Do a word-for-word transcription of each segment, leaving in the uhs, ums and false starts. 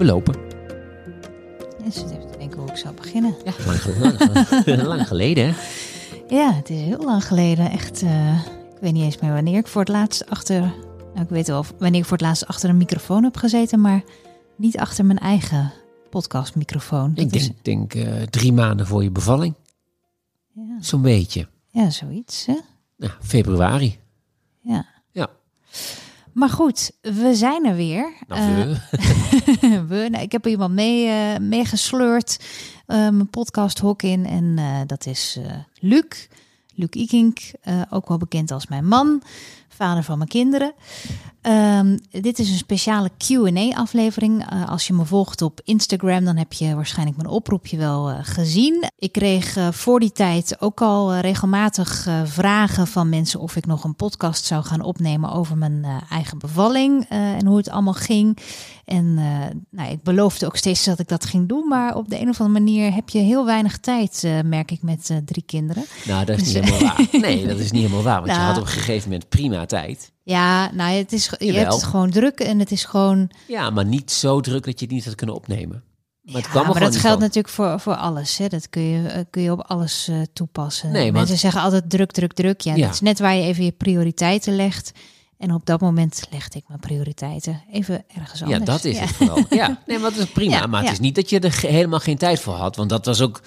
lopen. Ik zit even te denken hoe ik zou beginnen. Ja, lang, geleden, lang geleden, hè? Ja, het is heel lang geleden. Echt, uh, ik weet niet eens meer wanneer ik voor het laatst achter... Nou, ik weet wel wanneer ik voor het laatst achter een microfoon heb gezeten, maar niet achter mijn eigen podcastmicrofoon. Ik denk, is... denk uh, drie maanden voor je bevalling. Ja. Zo'n beetje. Ja, zoiets, hè? Ja, februari. Ja. Ja. Maar goed, we zijn er weer. Nou, we. Uh, we nou, ik heb iemand mee, uh, meegesleurd, uh, mijn podcasthok in. En uh, dat is uh, Luc. Luc Ikink, uh, ook wel bekend als mijn man. Vader van mijn kinderen. Um, dit is een speciale Q en A-aflevering. Uh, als je me volgt op Instagram, dan heb je waarschijnlijk mijn oproepje wel uh, gezien. Ik kreeg uh, voor die tijd ook al uh, regelmatig uh, vragen van mensen of ik nog een podcast zou gaan opnemen over mijn uh, eigen bevalling uh, en hoe het allemaal ging. En uh, nou, ik beloofde ook steeds dat ik dat ging doen, maar op de een of andere manier heb je heel weinig tijd, uh, merk ik, met uh, drie kinderen. Nou, dat is dus, niet helemaal waar. Nee, dat is niet helemaal waar, want nou, je had op een gegeven moment prima tijd. Ja, nou, het is, je Jawel. hebt het gewoon druk en het is gewoon... Ja, maar niet zo druk dat je het niet had kunnen opnemen. Maar, het ja, kwam er maar dat niet geldt van. natuurlijk voor, voor alles. Hè. Dat kun je, uh, kun je op alles uh, toepassen. Nee, Mensen want... zeggen altijd druk, druk, druk. Ja, Ja. dat is net waar je even je prioriteiten legt. En op dat moment legde ik mijn prioriteiten even ergens anders. Ja, dat is ja. het vooral. Ja, nee, maar dat is prima. Ja, maar het ja. is niet dat je er ge- helemaal geen tijd voor had. Want dat was ook...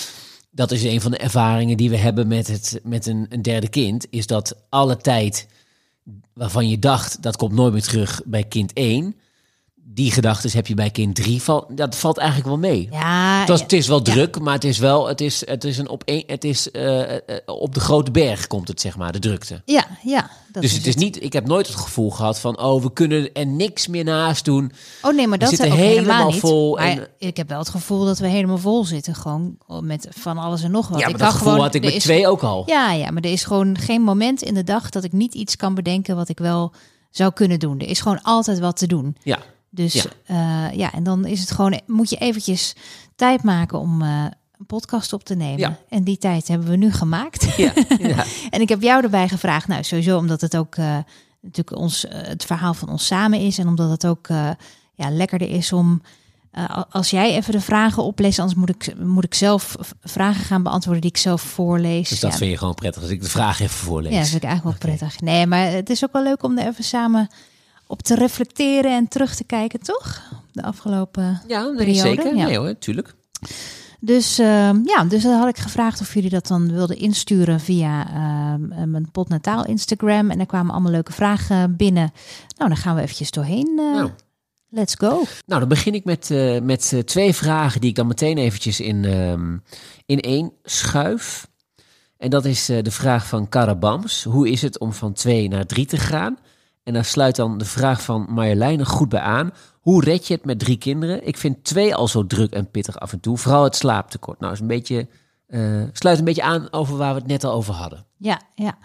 Dat is een van de ervaringen die we hebben met, het, met een, een derde kind. Is dat alle tijd waarvan je dacht, dat komt nooit meer terug bij kind één. Die gedachtes heb je bij kind drie. Val, dat valt eigenlijk wel mee. Ja, Het, was, ja, het is wel ja. druk, maar het is wel... Het is, het is, een op, een, het is uh, uh, op de grote berg komt het, zeg maar, de drukte. Ja, ja. Dat Dus is het is niet... Ik heb nooit het gevoel gehad van... Oh, we kunnen er niks meer naast doen. Oh nee, maar We dat zitten ook helemaal helemaal niet. vol Maar en- ik heb wel het gevoel dat we helemaal vol zitten. Gewoon met van alles en nog wat. Ja, maar ik dat kan gevoel gewoon, had ik er met is- twee ook al. Ja, ja, maar er is gewoon geen moment in de dag dat ik niet iets kan bedenken wat ik wel zou kunnen doen. Er is gewoon altijd wat te doen. Ja. Dus Ja. ja, uh, ja en dan is het gewoon, moet je eventjes tijd maken om uh, een podcast op te nemen. Ja. En die tijd hebben we nu gemaakt. Ja, ja. En ik heb jou erbij gevraagd, nou sowieso omdat het ook uh, natuurlijk ons, uh, het verhaal van ons samen is. En omdat het ook uh, ja, lekkerder is om, uh, als jij even de vragen opleest, anders moet ik, moet ik zelf vragen gaan beantwoorden die ik zelf voorlees. Dus dat ja. vind je gewoon prettig als ik de vraag even voorlees. Ja, dat vind ik eigenlijk wel Oké. prettig. Nee, maar het is ook wel leuk om er even samen op te reflecteren en terug te kijken, toch? De afgelopen Ja, nee, periode. zeker. Ja. Nee hoor, tuurlijk. Dus uh, ja, dus dan had ik gevraagd of jullie dat dan wilden insturen via uh, mijn Podnataal Instagram. En er kwamen allemaal leuke vragen binnen. Nou, dan gaan we eventjes doorheen. Uh, Nou. Let's go. Nou, dan begin ik met, uh, met uh, twee vragen die ik dan meteen eventjes in, um, in één schuif. En dat is uh, de vraag van Karabams. Hoe is het om van twee naar drie te gaan? En daar sluit dan de vraag van Marjoleine goed bij aan. Hoe red je het met drie kinderen? Ik vind twee al zo druk en pittig af en toe. Vooral het slaaptekort. Nou, is een beetje, uh, sluit een beetje aan over waar we het net al over hadden. Ja, ja.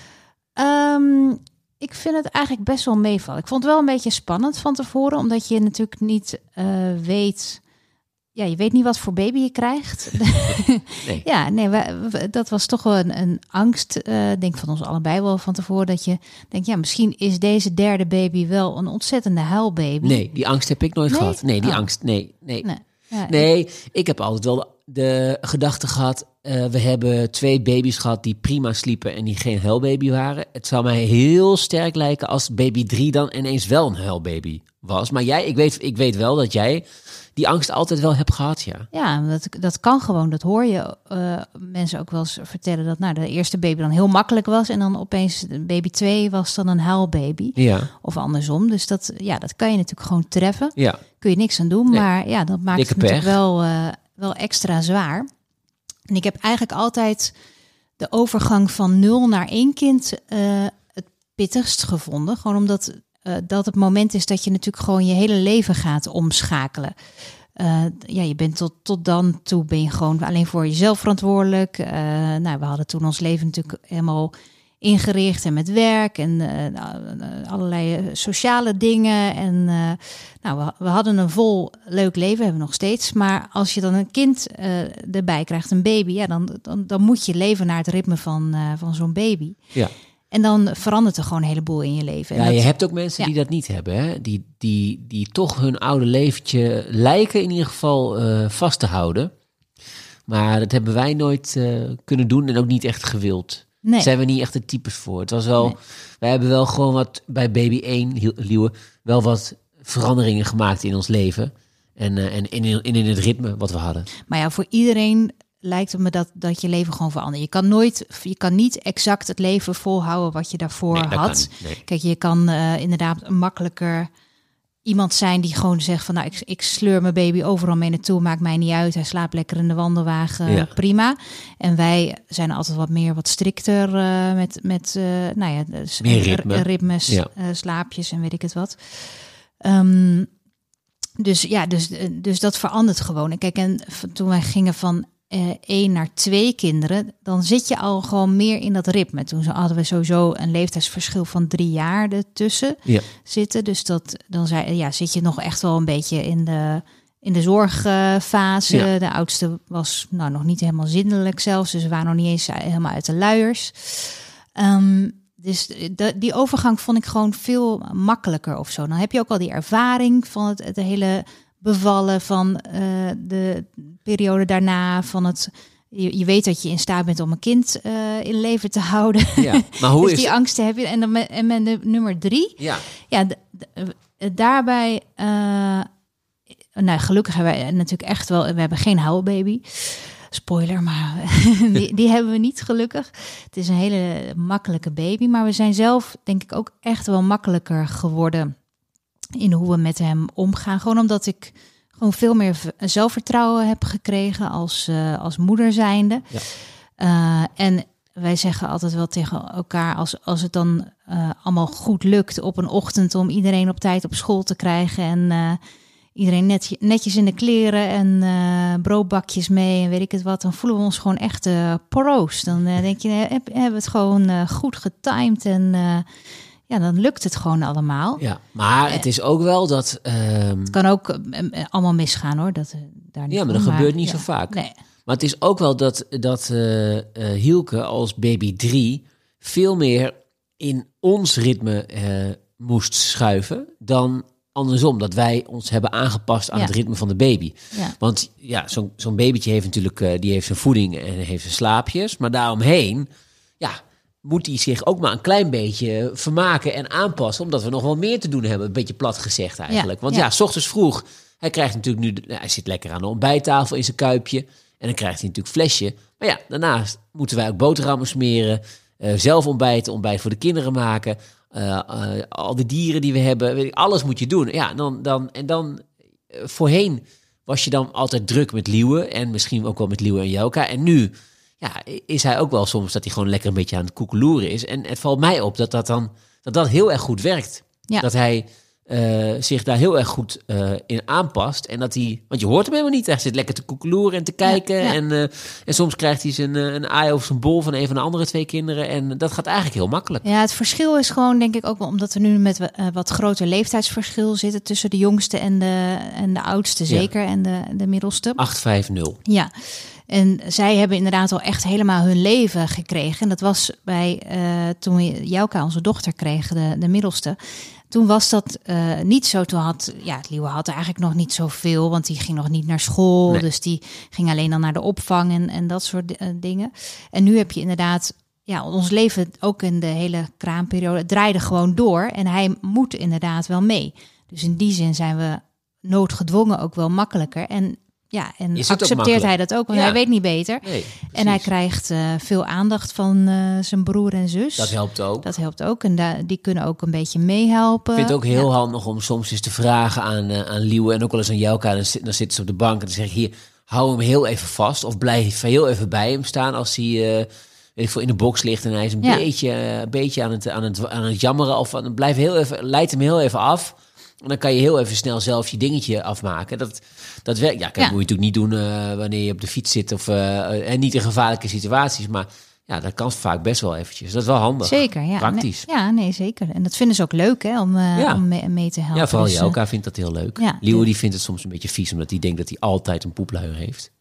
Um, ik vind het eigenlijk best wel meevallen. Ik vond het wel een beetje spannend van tevoren, omdat je natuurlijk niet uh, weet... Ja, je weet niet wat voor baby je krijgt. Nee. Ja, nee, we, we, dat was toch wel een, een angst, uh, denk van ons allebei wel van tevoren, dat je denkt, ja, misschien is deze derde baby wel een ontzettende huilbaby. Nee, die angst heb ik nooit Nee? gehad. Nee, die Oh. angst, nee, nee. Nee, ja, Nee, ik heb altijd wel de, de gedachte gehad... Uh, we hebben twee baby's gehad die prima sliepen en die geen huilbaby waren. Het zou mij heel sterk lijken als baby drie dan ineens wel een huilbaby was. Maar jij, ik weet, ik weet wel dat jij die angst altijd wel hebt gehad, ja. Ja, dat, dat kan gewoon. Dat hoor je uh, mensen ook wel eens vertellen, dat nou de eerste baby dan heel makkelijk was en dan opeens baby twee was dan een huilbaby. Ja, Of andersom. Dus dat, ja, dat kan je natuurlijk gewoon treffen. ja. Kun je niks aan doen, Nee. maar ja, dat maakt Dikke het natuurlijk pech. wel, uh, wel extra zwaar. En ik heb eigenlijk altijd de overgang van nul naar één kind uh, het pittigst gevonden. Gewoon omdat uh, dat het moment is dat je natuurlijk gewoon je hele leven gaat omschakelen. Uh, ja, je bent tot, tot dan toe ben je gewoon alleen voor jezelf verantwoordelijk. Uh, nou, we hadden toen ons leven natuurlijk helemaal ingericht en met werk en uh, allerlei sociale dingen. En uh, nou, we, we hadden een vol leuk leven, hebben we nog steeds. Maar als je dan een kind uh, erbij krijgt, een baby, ja, dan, dan, dan moet je leven naar het ritme van, uh, van zo'n baby. Ja. En dan verandert er gewoon een heleboel in je leven. En Ja, dat, je hebt ook mensen ja. die dat niet hebben. Hè? Die, die, die toch hun oude leventje lijken in ieder geval uh, vast te houden. Maar dat hebben wij nooit uh, kunnen doen en ook niet echt gewild. Nee. Daar zijn we niet echt de types voor. Het was wel, Nee. wij hebben wel gewoon wat bij baby één, Liewe, wel wat veranderingen gemaakt in ons leven. En, uh, en in, in, in het ritme wat we hadden. Maar ja, voor iedereen lijkt het me dat, dat je leven gewoon verandert. Je kan nooit, je kan niet exact het leven volhouden wat je daarvoor Nee, dat had. kan niet, nee. Kijk, je kan uh, inderdaad makkelijker iemand zijn die gewoon zegt van, nou, ik, ik sleur mijn baby overal mee naartoe, maakt mij niet uit. Hij slaapt lekker in de wandelwagen, Ja. prima. En wij zijn altijd wat meer, wat strikter uh, met, met uh, nou ja, dus Meer ritme. ritmes, Ja. uh, slaapjes en weet ik het wat. Um, dus ja, dus, dus dat verandert gewoon. En kijk, en toen wij gingen van uh, één naar twee kinderen, dan zit je al gewoon meer in dat ritme. Toen hadden we sowieso een leeftijdsverschil van drie jaar ertussen Ja. zitten. Dus dat, dan zei, ja, zit je nog echt wel een beetje in de, in de zorgfase. Ja. De oudste was nou nog niet helemaal zindelijk zelfs, dus we waren nog niet eens helemaal uit de luiers. Um, Dus de, die overgang vond ik gewoon veel makkelijker of zo. Dan heb je ook al die ervaring van het, het hele bevallen, van uh, de periode daarna, van het. Je, je weet dat je in staat bent om een kind uh, in leven te houden. Ja, maar hoe dus is die het? angsten heb je. En dan met, en met de nummer drie. Ja. Ja, d- d- daarbij. Uh, nou, gelukkig hebben wij natuurlijk echt wel. We hebben geen huilbaby. Spoiler, maar die, die hebben we niet gelukkig. Het is een hele makkelijke baby. Maar we zijn zelf, denk ik, ook echt wel makkelijker geworden in hoe we met hem omgaan. Gewoon omdat ik gewoon veel meer zelfvertrouwen heb gekregen als, uh, als moeder zijnde. Ja. Uh, en wij zeggen altijd wel tegen elkaar, als, als het dan uh, allemaal goed lukt op een ochtend om iedereen op tijd op school te krijgen en uh, iedereen net, netjes in de kleren en uh, broodbakjes mee en weet ik het wat, dan voelen we ons gewoon echt uh, pro's. Dan uh, denk je, heb, hebben we het gewoon uh, goed getimed en uh, ja, dan lukt het gewoon allemaal. Ja, maar het is ook wel dat... Uh, het kan ook uh, allemaal misgaan hoor. Dat, uh, daar niet ja, maar dat van, gebeurt niet ja, zo vaak. Nee. Maar het is ook wel dat, dat uh, uh, Hielke als baby drie veel meer in ons ritme uh, moest schuiven dan andersom. Dat wij ons hebben aangepast aan ja. het ritme van de baby. Ja. Want ja, zo'n zo'n babytje heeft natuurlijk uh, die heeft zijn voeding en heeft zijn slaapjes. Maar daaromheen, ja, moet hij zich ook maar een klein beetje vermaken en aanpassen. Omdat we nog wel meer te doen hebben. Een beetje plat gezegd eigenlijk. Ja. Want ja, ja, 's ochtends vroeg, hij krijgt natuurlijk nu, nou, hij zit lekker aan de ontbijttafel in zijn kuipje. En dan krijgt hij natuurlijk flesje. Maar ja, daarnaast moeten wij ook boterhammen smeren. Uh, zelf ontbijten, ontbijt voor de kinderen maken. Uh, uh, al die dieren die we hebben. Weet ik, alles moet je doen. Ja, dan, dan, en dan uh, voorheen was je dan altijd druk met Liewe. En misschien ook wel met Liewe en Jelka. En nu ja, is hij ook wel soms dat hij gewoon lekker een beetje aan het koekeloeren is. En het valt mij op dat dat dan dat dat heel erg goed werkt. Ja. Dat hij Uh, zich daar heel erg goed uh, in aanpast. En dat hij, want je hoort hem helemaal niet. Hij zit lekker te koekeloeren en te kijken. Ja, ja. En, uh, en soms krijgt hij zijn, uh, een aai of zijn bol van een van de andere twee kinderen. En dat gaat eigenlijk heel makkelijk. Ja, het verschil is gewoon, denk ik ook wel, omdat we nu met uh, wat groter leeftijdsverschil zitten tussen de jongste en de, en de oudste, zeker. Ja. En de, de middelste. acht vijf nul. Ja. En zij hebben inderdaad al echt helemaal hun leven gekregen. En dat was bij, uh, toen we Jelka, onze dochter, kregen, de, de middelste. Toen was dat uh, niet zo. Toen had, ja, Liewe had eigenlijk nog niet zoveel, want die ging nog niet naar school. Nee. Dus die ging alleen dan naar de opvang en, en dat soort uh, dingen. En nu heb je inderdaad, ja, ons leven ook in de hele kraamperiode draaide gewoon door. En hij moet inderdaad wel mee. Dus in die zin zijn we noodgedwongen ook wel makkelijker. En ja, en accepteert hij dat ook, want ja. hij weet niet beter. Nee, en hij krijgt uh, veel aandacht van uh, zijn broer en zus. Dat helpt ook. Dat helpt ook. En da- die kunnen ook een beetje meehelpen. Ik vind het ook heel ja. handig om soms eens te vragen aan, uh, aan Liewe en ook wel eens aan Jelka. Dan, dan zitten ze op de bank en dan zeg ik hier, hou hem heel even vast. Of blijf heel even bij hem staan als hij uh, weet ik veel, in de box ligt en hij is een ja. beetje, uh, een beetje aan, het, aan, het, aan het jammeren. Of dan blijf heel even, leid hem heel even af. En dan kan je heel even snel zelf je dingetje afmaken. Dat, dat werkt. Ja, kijk, ja. moet je natuurlijk niet doen uh, wanneer je op de fiets zit of uh, en niet in gevaarlijke situaties. Maar ja, dat kan vaak best wel eventjes. Dat is wel handig. Zeker, ja. Praktisch. Nee, ja, nee, zeker. En dat vinden ze ook leuk, hè, om, uh, ja. om mee, mee te helpen. Ja, vooral dus, Jelka vindt dat heel leuk. Ja, Liewe ja. die vindt het soms een beetje vies, omdat hij denkt dat hij altijd een poepluier heeft.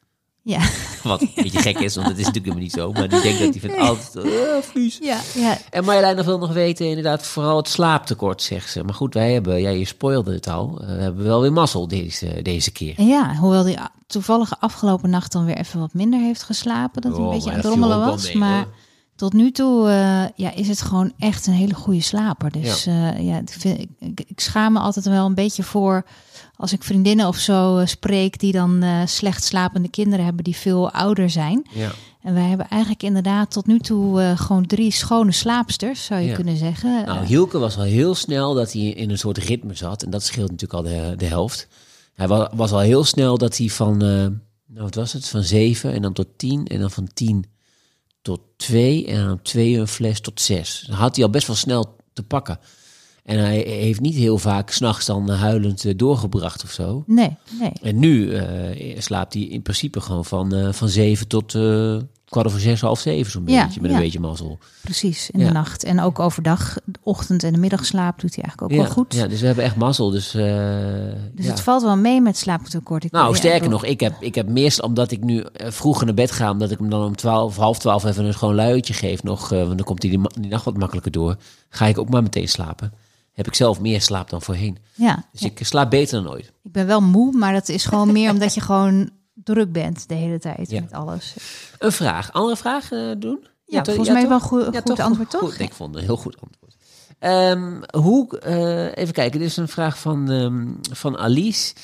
Ja. Wat een beetje gek is, want dat is natuurlijk helemaal niet zo. Maar die denkt dat hij vindt altijd, uh, vlies. Ja, ja. En Marjolein wil nog weten, inderdaad, vooral het slaaptekort, zegt ze. Maar goed, wij hebben, ja, je spoilde het al, uh, we hebben wel weer mazzel deze, deze keer. Ja, hoewel die toevallig afgelopen nacht dan weer even wat minder heeft geslapen. Dat hij Oh, een beetje maar aan het dat viel rommelen ook wel was. mee, maar hoor. tot nu toe uh, ja, is het gewoon echt een hele goede slaper. Dus ja, uh, ja ik, vind, ik, ik, ik schaam me altijd wel een beetje voor als ik vriendinnen of zo uh, spreek die dan uh, slecht slapende kinderen hebben die veel ouder zijn. Ja. En wij hebben eigenlijk inderdaad tot nu toe uh, gewoon drie schone slaapsters, zou je Ja. kunnen zeggen. Nou, Hielke was al heel snel dat hij in een soort ritme zat. En dat scheelt natuurlijk al de, de helft. Hij was, was al heel snel dat hij van, uh, nou wat was het, van zeven en dan tot tien. En dan van tien tot twee. En dan twee een fles tot zes. Dan had hij al best wel snel te pakken. En hij heeft niet heel vaak 's nachts dan huilend uh, doorgebracht of zo. Nee, nee. En nu uh, slaapt hij in principe gewoon van, uh, van zeven tot uh, kwart over zes, half zeven zo'n Ja, beetje. Met ja. een beetje mazzel. Precies, in Ja. de nacht. En ook overdag, de ochtend en de middagslaap doet hij eigenlijk ook Ja, wel goed. ja, dus we hebben echt mazzel. Dus, uh, Dus ja. het valt wel mee met slaaptekort. Ik- Nou, ja, sterker ik- nog, ik heb, ik heb meer, omdat ik nu uh, vroeg naar bed ga, omdat ik hem dan om twaalf, half twaalf even een schoon luiertje geef nog, uh, want dan komt hij die, ma- die nacht wat makkelijker door. Ga ik ook maar meteen slapen. Heb ik zelf meer slaap dan voorheen. Ja, Dus ja. ik slaap beter dan ooit. Ik ben wel moe, maar dat is gewoon meer omdat je gewoon druk bent de hele tijd Ja. met alles. Een vraag. Andere vraag uh, doen? Ja, to- volgens mij toch? wel een goed, Ja, goed antwoord, toch? Goed, ik vond het een heel goed antwoord. Um, hoe, uh, even kijken, dit is een vraag van, um, van Alice.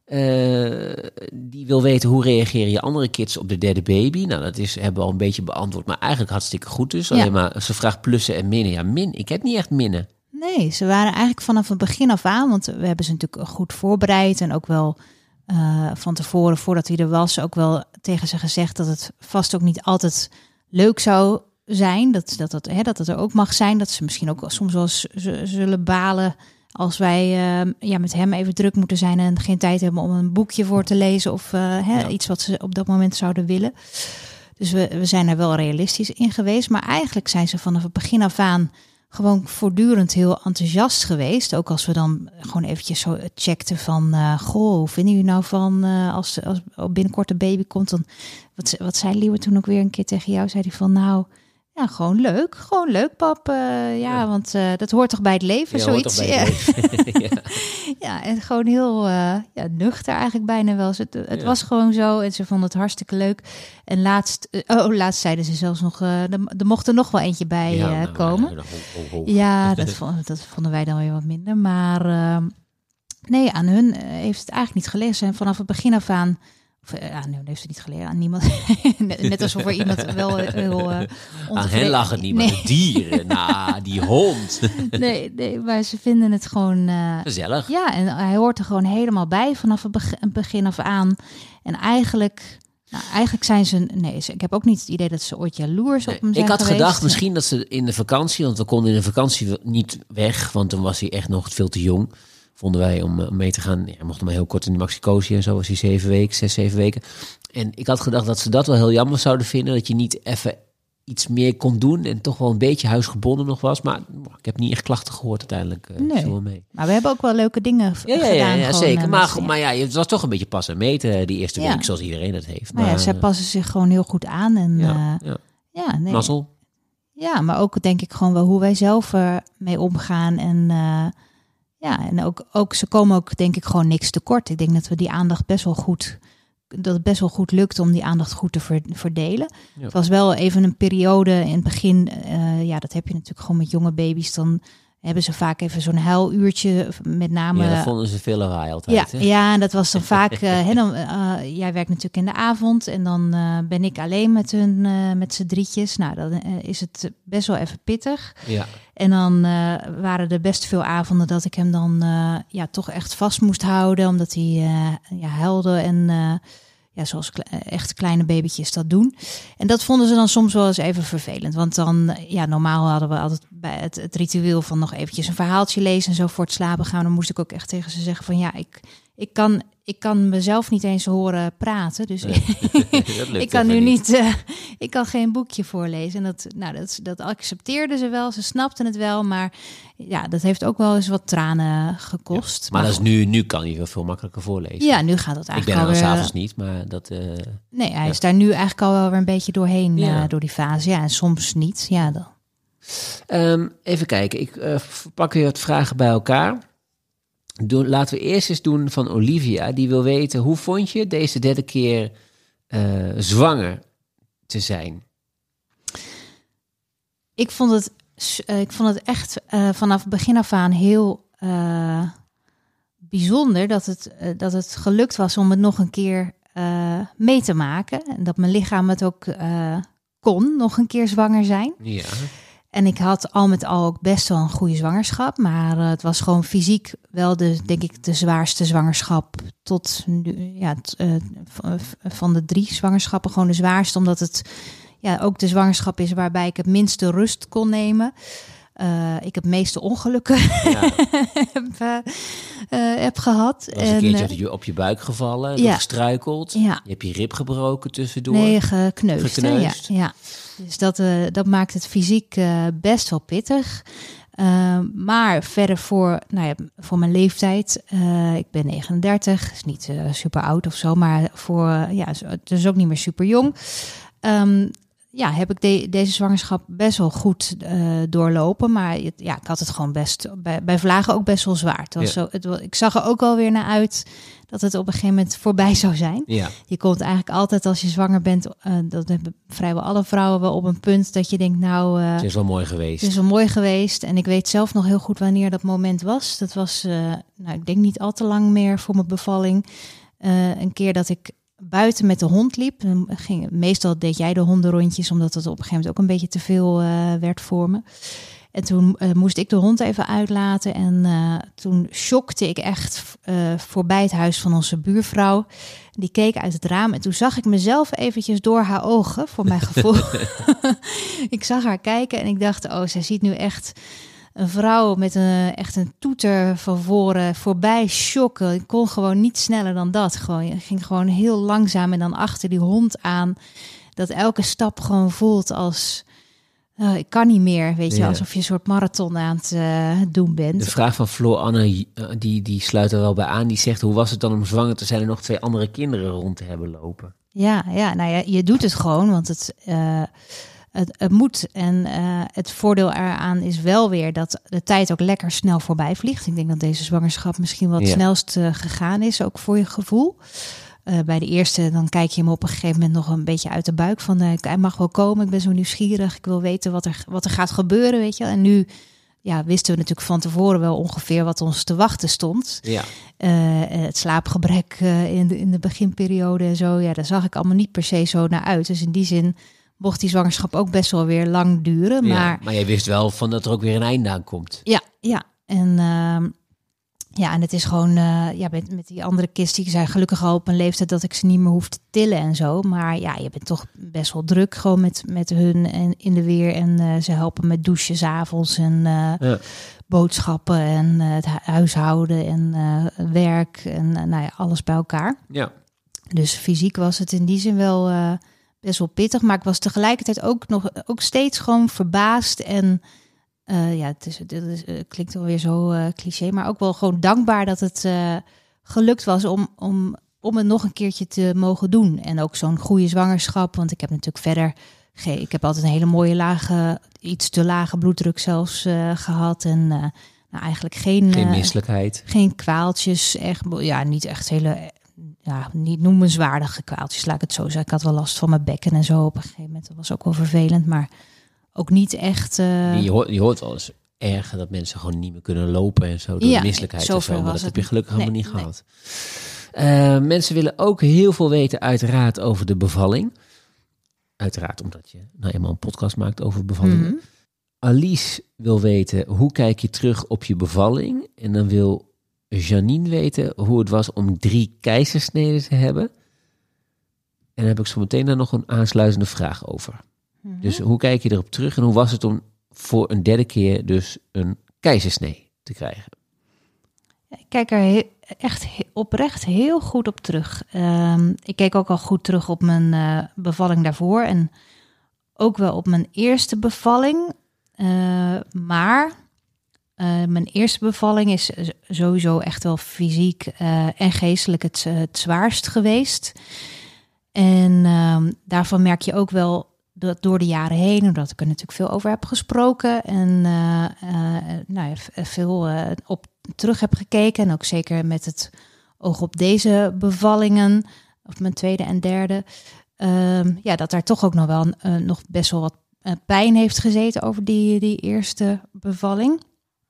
Uh, die wil weten hoe reageren je andere kids op de derde baby. Nou, dat is, hebben we al een beetje beantwoord, maar eigenlijk hartstikke goed dus. Alleen Ja. maar, ze vraagt plussen en minnen. Ja, min, ik heb niet echt minnen. Nee, ze waren eigenlijk vanaf het begin af aan, want we hebben ze natuurlijk goed voorbereid en ook wel uh, van tevoren, voordat hij er was, ook wel tegen ze gezegd dat het vast ook niet altijd leuk zou zijn. Dat, dat, dat, hè, dat het er ook mag zijn, dat ze misschien ook soms wel z- z- zullen balen als wij uh, ja, met hem even druk moeten zijn en geen tijd hebben om een boekje voor te lezen of uh, hè, Ja. iets wat ze op dat moment zouden willen. Dus we, we zijn er wel realistisch in geweest, maar eigenlijk zijn ze vanaf het begin af aan gewoon voortdurend heel enthousiast geweest. Ook als we dan gewoon eventjes zo checkten van, uh, goh, hoe vinden jullie nou van uh, als, als binnenkort een baby komt? Dan, wat, wat zei Liewe toen ook weer een keer tegen jou? Zei hij van, nou, ja, gewoon leuk. Gewoon leuk, pap. Uh, ja, Ja. want uh, dat hoort toch bij het leven, Ja, hoort zoiets. toch bij het ja. leven. Ja. Ja, en gewoon heel uh, ja, nuchter eigenlijk bijna wel. Het, het Ja. was gewoon zo en ze vonden het hartstikke leuk. En laatst, uh, oh, laatst zeiden ze zelfs nog, uh, er, er mocht er nog wel eentje bij Ja, uh, nou, komen. nou, ho, ho, ho. Ja, dat, vond, dat vonden wij dan weer wat minder. Maar uh, nee, aan hun uh, heeft het eigenlijk niet gelezen. En vanaf het begin af aan, of, uh, aan hun heeft het niet geleerd, aan niemand. net, net alsof er iemand wel heel uh, Aan hen lag het niet, maar de dieren. Nou, die hond. nee, nee, maar ze vinden het gewoon uh, Gezellig. ja, en hij hoort er gewoon helemaal bij vanaf het beg- het begin af aan. En eigenlijk, nou, eigenlijk zijn ze, nee, ze, ik heb ook niet het idee dat ze ooit jaloers Nee, op hem zijn ik had geweest. gedacht misschien dat ze in de vakantie, want we konden in de vakantie niet weg, want toen was hij echt nog veel te jong. Vonden wij om, om mee te gaan. Ja, hij mocht nog maar heel kort in de Maxicosi en zo was hij zeven weken, zes, zeven weken. En ik had gedacht dat ze dat wel heel jammer zouden vinden, dat je niet even iets meer kon doen en toch wel een beetje huisgebonden nog was. Maar ik heb niet echt klachten gehoord uiteindelijk. Uh, Nee. zo mee. Maar we hebben ook wel leuke dingen v- Ja, ja, gedaan. ja, ja gewoon, zeker. uh, Maar, met goed, ze. maar ja, het was toch een beetje passen en meten die eerste Ja. week, zoals iedereen het heeft. Maar ja, Maar, zij uh, passen zich gewoon heel goed aan. En ja, ja, ja. ja, nee. Mazzel. Ja, maar ook denk ik gewoon wel hoe wij zelf er mee omgaan. En uh, ja, en ook, ook ze komen ook denk ik gewoon niks tekort. Ik denk dat we die aandacht best wel goed, dat het best wel goed lukt om die aandacht goed te ver- verdelen. Ja. Het was wel even een periode in het begin, uh, ja, dat heb je natuurlijk gewoon met jonge baby's. Dan hebben ze vaak even zo'n huiluurtje, met name. Ja, dat vonden ze veel lawaai altijd. Ja, hè? ja, en dat was dan vaak. Uh, hè, dan, uh, jij werkt natuurlijk in de avond en dan uh, ben ik alleen met hun, uh, met z'n drietjes. Nou, dan uh, is het best wel even pittig. Ja. En dan uh, waren er best veel avonden dat ik hem dan uh, ja, toch echt vast moest houden, omdat hij uh, ja, huilde en uh, ja, zoals kle- echt kleine babytjes dat doen. En dat vonden ze dan soms wel eens even vervelend. Want dan, ja, normaal hadden we altijd bij het, het ritueel van nog eventjes een verhaaltje lezen en zo voor het slapen gaan. Dan moest ik ook echt tegen ze zeggen van ja, ik, ik kan... ik kan mezelf niet eens horen praten. Dus Nee, ik kan nu niet, uh, ik kan geen boekje voorlezen. En dat, nou, dat, dat accepteerden ze wel. Ze snapten het wel. Maar ja, dat heeft ook wel eens wat tranen gekost. Ja, maar maar dat is nu, nu kan hij wel veel makkelijker voorlezen. Ja, nu gaat dat Ik eigenlijk ben er alweer... dan s'avonds niet, maar dat... Uh, nee, hij ja. is daar nu eigenlijk al wel weer een beetje doorheen, Ja. uh, door die fase. Ja, en soms niet. Ja, dan. Um, even kijken, ik uh, pak weer wat vragen bij elkaar. Doe, laten we eerst eens doen van Olivia. Die wil weten, hoe vond je deze derde keer uh, zwanger te zijn? Ik vond het, uh, ik vond het echt uh, vanaf begin af aan heel uh, bijzonder dat het, uh, dat het gelukt was om het nog een keer uh, mee te maken. En dat mijn lichaam het ook uh, kon, nog een keer zwanger zijn. Ja. En ik had al met al ook best wel een goede zwangerschap. Maar uh, het was gewoon fysiek wel de, denk ik, de zwaarste zwangerschap tot nu. Ja, t, uh, van de drie zwangerschappen gewoon de zwaarste. Omdat het ja, ook de zwangerschap is waarbij ik het minste rust kon nemen. Uh, ik het meeste ongelukken ja. heb, uh, uh, heb gehad. Was een en, keertje uh, op je buik gevallen, ja. gestruikeld. Ja. Je hebt je rib gebroken tussendoor. Nee, gekneusd. gekneusd. Ja, ja. Dus dat, uh, dat maakt het fysiek uh, best wel pittig. Uh, maar verder voor, nou ja, voor mijn leeftijd, uh, ik ben negenendertig, is niet uh, super oud of zo, maar voor, uh, ja, dus ook niet meer super jong. Um, Ja, heb ik de, deze zwangerschap best wel goed uh, doorlopen. Maar het, ja, ik had het gewoon best bij, bij vlagen ook best wel zwaar. Het was ja. zo, het, ik zag er ook wel weer naar uit dat het op een gegeven moment voorbij zou zijn. Ja. Je komt eigenlijk altijd als je zwanger bent, uh, dat hebben vrijwel alle vrouwen wel op een punt dat je denkt, nou... Uh, het is wel mooi geweest. Het is wel mooi geweest. En ik weet zelf nog heel goed wanneer dat moment was. Dat was, uh, nou, ik denk niet al te lang meer voor mijn bevalling. Uh, een keer dat ik buiten met de hond liep. Ging, meestal deed jij de hondenrondjes, omdat het op een gegeven moment ook een beetje te veel uh, werd voor me. En toen uh, moest ik de hond even uitlaten. En uh, toen shockte ik echt uh, voorbij het huis van onze buurvrouw. Die keek uit het raam en toen zag ik mezelf eventjes door haar ogen, voor mijn gevoel. Ik zag haar kijken en ik dacht, oh, zij ziet nu echt... Een vrouw met een, echt een toeter van voren voorbij shocken. Ik kon gewoon niet sneller dan dat. Gewoon, je ging gewoon heel langzaam en dan achter die hond aan. Dat elke stap gewoon voelt als... Uh, ik kan niet meer, weet je. Ja. Alsof je een soort marathon aan het uh, doen bent. De vraag van Floor Anne, die, die sluit er wel bij aan. Die zegt, hoe was het dan om zwanger te zijn en nog twee andere kinderen rond te hebben lopen? Ja, ja, nou ja, je doet het gewoon, want het... Uh, Het, het moet. En uh, het voordeel eraan is wel weer dat de tijd ook lekker snel voorbij vliegt. Ik denk dat deze zwangerschap misschien wel het ja. snelst uh, gegaan is, ook voor je gevoel. Uh, bij de eerste, dan kijk je hem op een gegeven moment nog een beetje uit de buik. Van, uh, hij mag wel komen, ik ben zo nieuwsgierig. Ik wil weten wat er, wat er gaat gebeuren, weet je. En nu ja, wisten we natuurlijk van tevoren wel ongeveer wat ons te wachten stond. Ja. Uh, het slaapgebrek uh, in, de, in de beginperiode en zo. Ja, daar zag ik allemaal niet per se zo naar uit. Dus in die zin... mocht die zwangerschap ook best wel weer lang duren. Maar, ja, maar jij wist wel van dat er ook weer een einde aan komt. Ja, ja. En, uh, ja, en het is gewoon... Uh, ja, met, met die andere kist, die zijn gelukkig al op een leeftijd... dat ik ze niet meer hoef te tillen en zo. Maar ja, je bent toch best wel druk gewoon met, met hun en in de weer. En uh, ze helpen met douchen 's avonds en uh, ja. boodschappen en uh, het huishouden en uh, werk. En uh, nou ja, alles bij elkaar. Ja. Dus fysiek was het in die zin wel... Uh, best wel pittig, maar ik was tegelijkertijd ook nog ook steeds gewoon verbaasd en uh, ja, het is, het is, het klinkt wel weer zo uh, cliché, maar ook wel gewoon dankbaar dat het uh, gelukt was om, om, om het nog een keertje te mogen doen. En ook zo'n goede zwangerschap, want ik heb natuurlijk verder, ge- ik heb altijd een hele mooie lage, iets te lage bloeddruk zelfs uh, gehad en uh, nou, eigenlijk geen... Geen misselijkheid. Uh, geen kwaaltjes, echt, ja, niet echt hele... Ja, niet noemenswaardige kwaaltjes, laat ik het zo zeggen. Ik had wel last van mijn bekken en zo op een gegeven moment. Dat was ook wel vervelend, maar ook niet echt... Uh... Je, hoort, je hoort wel eens erger dat mensen gewoon niet meer kunnen lopen en zo. Door ja, de misselijkheid of zo. Maar dat het. heb je gelukkig nee, helemaal niet nee. gehad. Uh, mensen willen ook heel veel weten uiteraard over de bevalling. Uiteraard omdat je nou eenmaal een podcast maakt over bevallingen. Mm-hmm. Alice wil weten, hoe kijk je terug op je bevalling? En dan wil... Janine weten hoe het was om drie keizersneden te hebben. En dan heb ik zo meteen daar nog een aansluitende vraag over. Mm-hmm. Dus hoe kijk je erop terug en hoe was het om voor een derde keer dus een keizersnee te krijgen? Ja, ik kijk er he- echt he- oprecht heel goed op terug. Um, ik keek ook al goed terug op mijn uh, bevalling daarvoor. En ook wel op mijn eerste bevalling. Uh, maar uh, mijn eerste bevalling is sowieso echt wel fysiek uh, en geestelijk het, het zwaarst geweest. En uh, daarvan merk je ook wel dat door de jaren heen, omdat ik er natuurlijk veel over heb gesproken en uh, uh, nou ja, veel uh, op terug heb gekeken. En ook zeker met het oog op deze bevallingen, of mijn tweede en derde. Uh, ja, dat daar toch ook nog wel uh, nog best wel wat uh, pijn heeft gezeten over die, die eerste bevalling.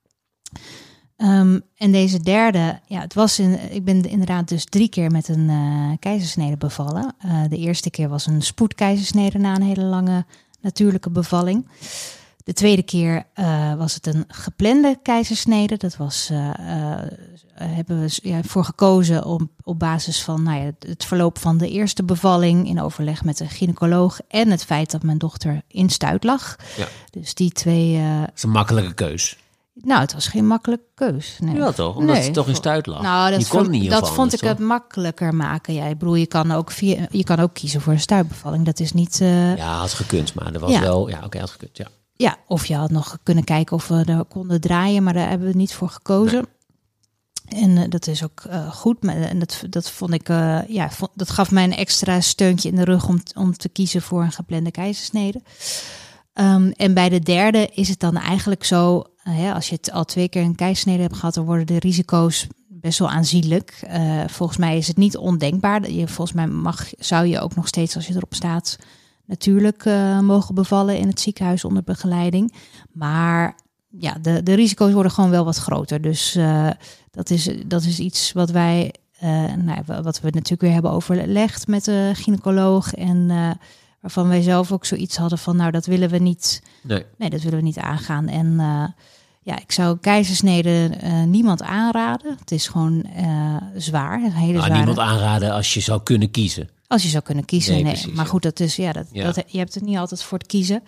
Um, en deze derde, ja, het was in, ik ben inderdaad dus drie keer met een uh, keizersnede bevallen. Uh, de eerste keer was een spoedkeizersnede na een hele lange natuurlijke bevalling. De tweede keer uh, was het een geplande keizersnede. Dat was, uh, uh, hebben we ja, voor gekozen om, op basis van nou ja, het verloop van de eerste bevalling in overleg met de gynaecoloog en het feit dat mijn dochter in stuit lag. Ja. Dus die twee. Uh, dat is een makkelijke keus. Nou, het was geen makkelijke keus. Nee. Ja, toch? Omdat nee. ze toch in stuit lag. Nou, dat je kon vond, niet dat vond ik toch? het makkelijker maken. Ja, ik bedoel, je kan ook, via, je kan ook kiezen voor een stuitbevalling. Dat is niet... Uh... Ja, had gekund, maar er was ja. wel... Ja, oké, okay, had gekund, ja. Ja, of je had nog kunnen kijken of we er konden draaien, maar daar hebben we niet voor gekozen. Nee. En uh, dat is ook uh, goed. Maar, en dat, dat vond ik, uh, ja, vond, dat gaf mij een extra steuntje in de rug om, om te kiezen voor een geplande keizersnede. Um, en bij de derde is het dan eigenlijk zo, uh, ja, als je het al twee keer een keizersnede hebt gehad, dan worden de risico's best wel aanzienlijk. Uh, volgens mij is het niet ondenkbaar. Je, volgens mij mag, zou je ook nog steeds, als je erop staat, natuurlijk uh, mogen bevallen in het ziekenhuis onder begeleiding. Maar ja, de, de risico's worden gewoon wel wat groter. Dus uh, dat, is, dat is iets wat wij, uh, nou, wat we natuurlijk weer hebben overlegd met de gynaecoloog. En uh, waarvan wij zelf ook zoiets hadden van, nou, dat willen we niet. Nee, nee dat willen we niet aangaan. En uh, ja, ik zou keizersnede uh, niemand aanraden. Het is gewoon uh, zwaar. Een hele nou, zware... niemand aanraden als je zou kunnen kiezen. Als je zou kunnen kiezen, nee. nee. Precies, maar ja. goed, dat is, ja, dat, Ja. dat, je hebt het niet altijd voor het kiezen.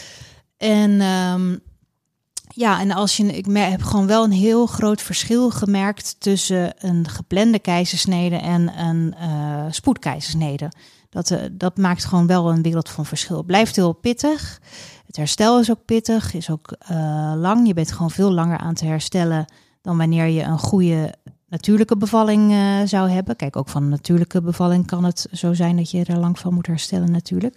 En um, ja, en als je, ik mer- heb gewoon wel een heel groot verschil gemerkt tussen een geplande keizersnede en een uh, spoedkeizersnede. Dat, uh, dat maakt gewoon wel een wereld van verschil. Het blijft heel pittig. Het herstel is ook pittig, is ook uh, lang. Je bent gewoon veel langer aan te herstellen dan wanneer je een goede natuurlijke bevalling uh, zou hebben. Kijk, ook van een natuurlijke bevalling kan het zo zijn dat je er lang van moet herstellen natuurlijk.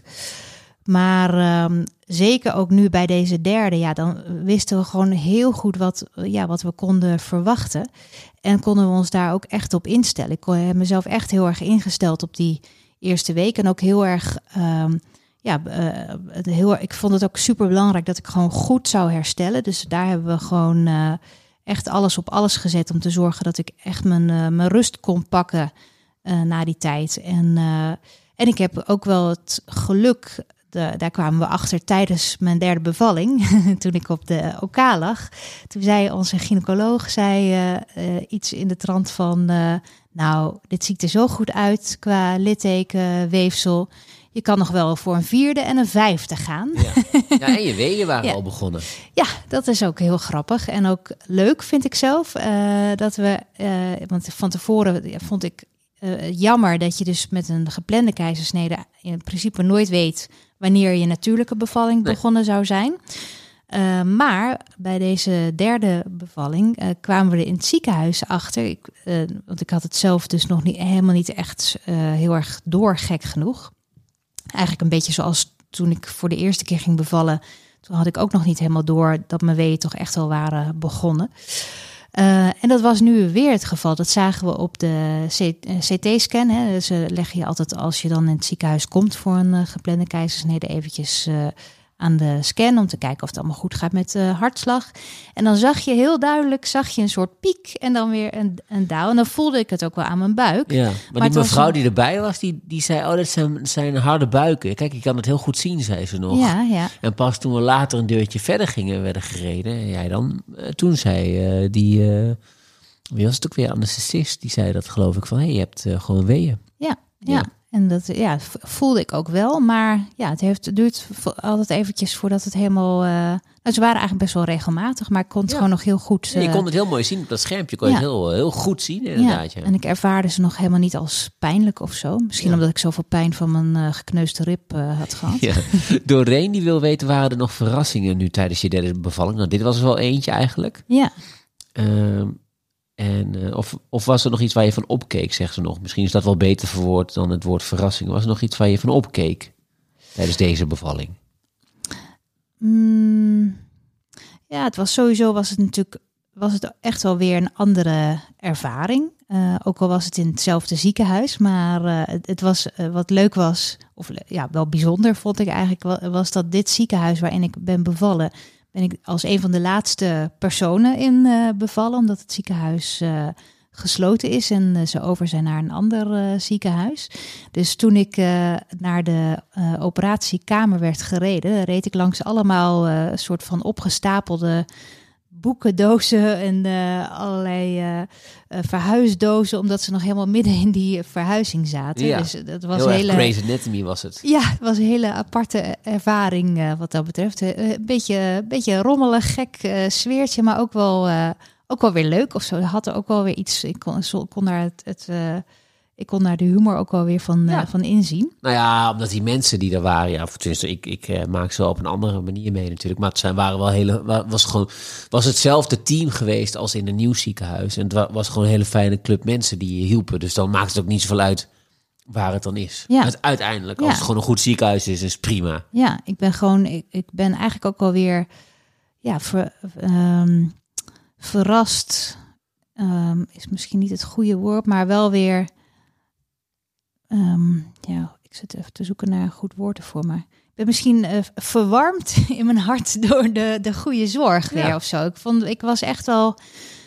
Maar um, zeker ook nu bij deze derde, ja, dan wisten we gewoon heel goed wat, ja, wat we konden verwachten. En konden we ons daar ook echt op instellen. Ik heb mezelf echt heel erg ingesteld op die eerste week. En ook heel erg, um, ja, uh, heel, ik vond het ook super belangrijk dat ik gewoon goed zou herstellen. Dus daar hebben we gewoon uh, echt alles op alles gezet om te zorgen dat ik echt mijn, uh, mijn rust kon pakken uh, na die tijd. En, uh, en ik heb ook wel het geluk, de, daar kwamen we achter tijdens mijn derde bevalling, toen ik op de O K lag. Toen zei onze gynaecoloog zei, uh, uh, iets in de trant van, uh, nou, dit ziet er zo goed uit qua litteken, weefsel. Je kan nog wel voor een vierde en een vijfde gaan. Ja, ja en je weeën waren ja. al begonnen. Ja, dat is ook heel grappig. En ook leuk vind ik zelf. Uh, dat we, uh, want van tevoren ja, vond ik uh, jammer dat je dus met een geplande keizersnede in principe nooit weet wanneer je natuurlijke bevalling nee. begonnen zou zijn. Uh, maar bij deze derde bevalling uh, kwamen we er in het ziekenhuis achter. Ik, uh, want ik had het zelf dus nog niet, helemaal niet echt uh, heel erg door, gek genoeg. Eigenlijk een beetje zoals toen ik voor de eerste keer ging bevallen. Toen had ik ook nog niet helemaal door dat mijn weeën toch echt wel waren begonnen. Uh, en dat was nu weer het geval. Dat zagen we op de C T-scan. Hè. Dus uh, leg je altijd als je dan in het ziekenhuis komt voor een uh, geplande keizersnede eventjes uh, aan de scan om te kijken of het allemaal goed gaat met de hartslag. En dan zag je heel duidelijk, zag je een soort piek en dan weer een, een daal. En dan voelde ik het ook wel aan mijn buik. Ja, maar, maar die mevrouw een... die erbij was, die, die zei, oh, dat zijn, zijn harde buiken. Kijk, je kan het heel goed zien, zei ze nog. Ja, ja. En pas toen we later een deurtje verder gingen, werden gereden, en jij dan, uh, toen zei uh, die, uh, wie was het ook weer, anesthesist, die zei dat geloof ik van, hé, hey, je hebt uh, gewoon weeën. Ja, ja. Ja. En dat ja, voelde ik ook wel. Maar ja, het, heeft, het duurt altijd eventjes voordat het helemaal... Uh, nou, ze waren eigenlijk best wel regelmatig, maar ik kon het ja. gewoon nog heel goed... Uh, ja, je kon het heel mooi zien op dat schermpje. Kon je ja. het heel, heel goed zien, inderdaad. Ja. Ja. En ik ervaarde ze nog helemaal niet als pijnlijk of zo. Misschien ja. omdat ik zoveel pijn van mijn uh, gekneusde rib uh, had gehad. Ja. Doreen die wil weten, waren er nog verrassingen nu tijdens je derde bevalling? Nou, dit was er wel eentje eigenlijk. Ja. Uh, En, uh, of, of was er nog iets waar je van opkeek, zegt ze nog. Misschien is dat wel beter verwoord dan het woord verrassing. Was er nog iets waar je van opkeek tijdens deze bevalling? Mm, ja, het was sowieso was het natuurlijk was het echt wel weer een andere ervaring. Uh, ook al was het in hetzelfde ziekenhuis, maar uh, het, het was uh, wat leuk was, of ja, wel bijzonder vond ik eigenlijk, was dat dit ziekenhuis waarin ik ben bevallen, ben ik als een van de laatste personen in uh, bevallen, omdat het ziekenhuis uh, gesloten is en uh, ze over zijn naar een ander uh, ziekenhuis. Dus toen ik uh, naar de uh, operatiekamer werd gereden, reed ik langs allemaal uh, soort van opgestapelde boekendozen en uh, allerlei uh, uh, verhuisdozen, omdat ze nog helemaal midden in die verhuizing zaten. Ja, dus dat was heel hele, erg Grey's Anatomy was het. Ja, het was een hele aparte ervaring uh, wat dat betreft. Uh, een beetje, beetje rommelig, gek uh, sfeertje, maar ook wel, uh, ook wel weer leuk of zo. Had er ook wel weer iets. Ik kon, kon daar het, het uh, ik kon daar de humor ook wel weer van, ja. uh, van inzien. Nou ja, omdat die mensen die er waren, ja, tenminste, ik, ik uh, maak ze wel op een andere manier mee natuurlijk. Maar het zijn, waren wel hele, was gewoon, was hetzelfde team geweest als in een nieuw ziekenhuis. En het was gewoon een hele fijne club mensen die je hielpen. Dus dan maakt het ook niet zoveel uit waar het dan is. Ja. Uit, uiteindelijk, als ja. het gewoon een goed ziekenhuis is, is prima. Ja, ik ben gewoon, ik, ik ben eigenlijk ook wel weer, ja, ver, um, verrast. Um, is misschien niet het goede woord, maar wel weer. Um, ja, ik zit even te zoeken naar een goed woord ervoor, maar ik ben misschien uh, verwarmd in mijn hart door de, de goede zorg weer ja. of zo. Ik vond, ik was echt wel,